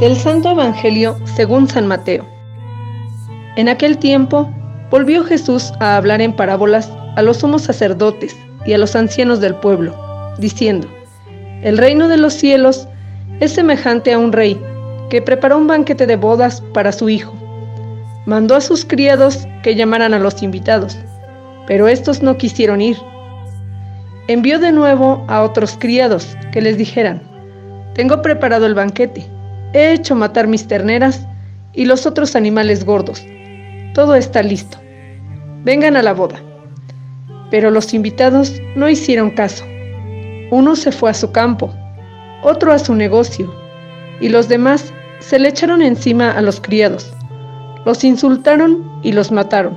Del Santo Evangelio según San Mateo. En aquel tiempo volvió Jesús a hablar en parábolas a los sumos sacerdotes y a los ancianos del pueblo, diciendo: El reino de los cielos es semejante a un rey que preparó un banquete de bodas para su hijo. Mandó a sus criados que llamaran a los invitados, pero estos no quisieron ir. Envió de nuevo a otros criados que les dijeran: Tengo preparado el banquete, he hecho matar mis terneras y los otros animales gordos. Todo está listo. Vengan a la boda. Pero los invitados no hicieron caso. Uno se fue a su campo, otro a su negocio, y los demás se le echaron encima a los criados, los insultaron y los mataron.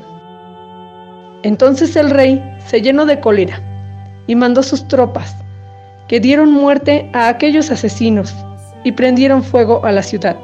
Entonces el rey se llenó de cólera y mandó sus tropas, que dieron muerte a aquellos asesinos y prendieron fuego a la ciudad.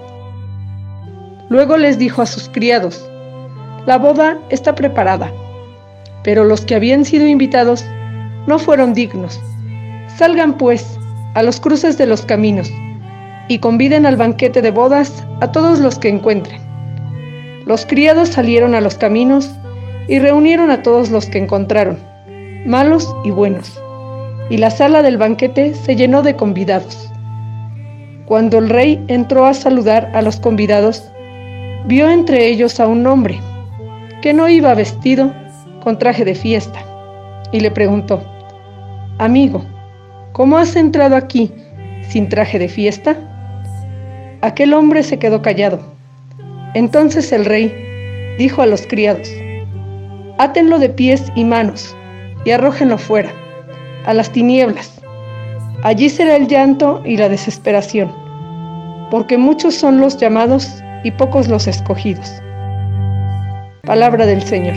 Luego les dijo a sus criados: La boda está preparada, pero los que habían sido invitados no fueron dignos. Salgan pues a los cruces de los caminos y conviden al banquete de bodas a todos los que encuentren. Los criados salieron a los caminos y reunieron a todos los que encontraron, malos y buenos, y la sala del banquete se llenó de convidados. Cuando el rey entró a saludar a los convidados, vio entre ellos a un hombre que no iba vestido con traje de fiesta, y le preguntó: Amigo, ¿cómo has entrado aquí sin traje de fiesta? Aquel hombre se quedó callado. Entonces el rey dijo a los criados: Átenlo de pies y manos y arrójenlo fuera, a las tinieblas. Allí será el llanto y la desesperación, porque muchos son los llamados y pocos los escogidos. Palabra del Señor.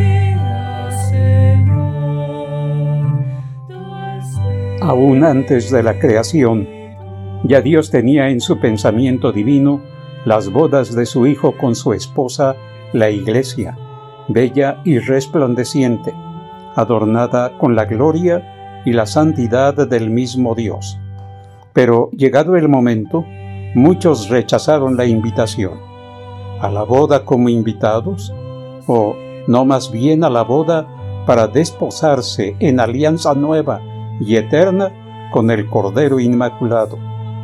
Aún antes de la creación, ya Dios tenía en su pensamiento divino las bodas de su Hijo con su esposa, la Iglesia, bella y resplandeciente, adornada con la gloria y la santidad del mismo Dios. Pero llegado el momento, muchos rechazaron la invitación. ¿A la boda como invitados? ¿O no más bien a la boda para desposarse en alianza nueva y eterna con el Cordero Inmaculado?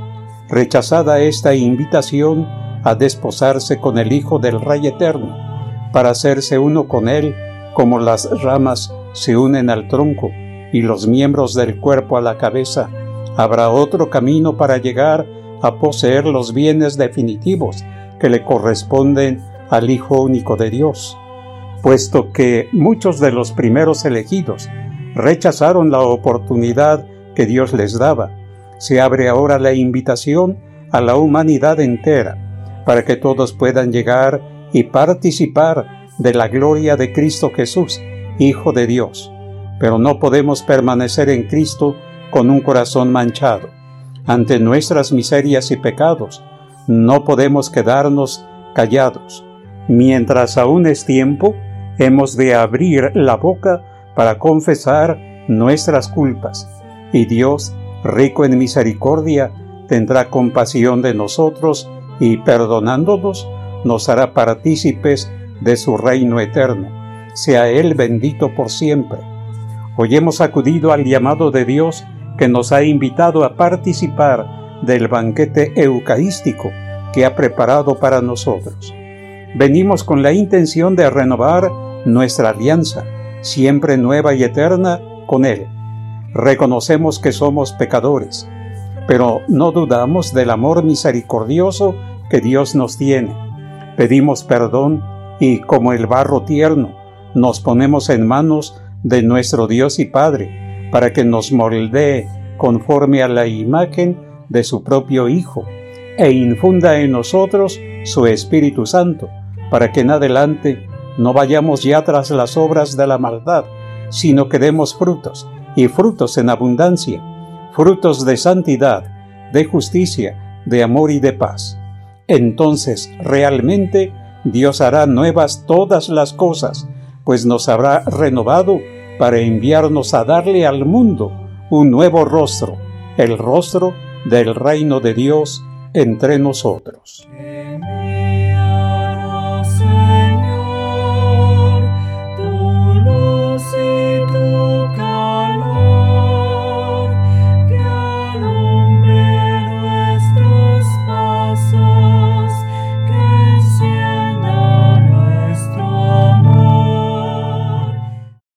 Rechazada esta invitación a desposarse con el Hijo del Rey Eterno, para hacerse uno con Él como las ramas se unen al tronco y los miembros del cuerpo a la cabeza, habrá otro camino para llegar a poseer los bienes definitivos que le corresponden al Hijo único de Dios. Puesto que muchos de los primeros elegidos rechazaron la oportunidad que Dios les daba, se abre ahora la invitación a la humanidad entera, para que todos puedan llegar y participar de la gloria de Cristo Jesús, Hijo de Dios. Pero no podemos permanecer en Cristo con un corazón manchado. Ante nuestras miserias y pecados, no podemos quedarnos callados. Mientras aún es tiempo, hemos de abrir la boca para confesar nuestras culpas, y Dios, rico en misericordia, tendrá compasión de nosotros y, perdonándonos, nos hará partícipes de su reino eterno. Sea Él bendito por siempre. Hoy hemos acudido al llamado de Dios que nos ha invitado a participar del banquete eucarístico que ha preparado para nosotros. Venimos con la intención de renovar nuestra alianza, siempre nueva y eterna, con Él. Reconocemos que somos pecadores, pero no dudamos del amor misericordioso que Dios nos tiene. Pedimos perdón y, como el barro tierno, nos ponemos en manos de nuestro Dios y Padre, para que nos moldee conforme a la imagen de su propio Hijo, e infunda en nosotros su Espíritu Santo, para que en adelante no vayamos ya tras las obras de la maldad, sino que demos frutos, y frutos en abundancia, frutos de santidad, de justicia, de amor y de paz. Entonces, realmente, Dios hará nuevas todas las cosas, pues nos habrá renovado para enviarnos a darle al mundo un nuevo rostro, el rostro del reino de Dios entre nosotros.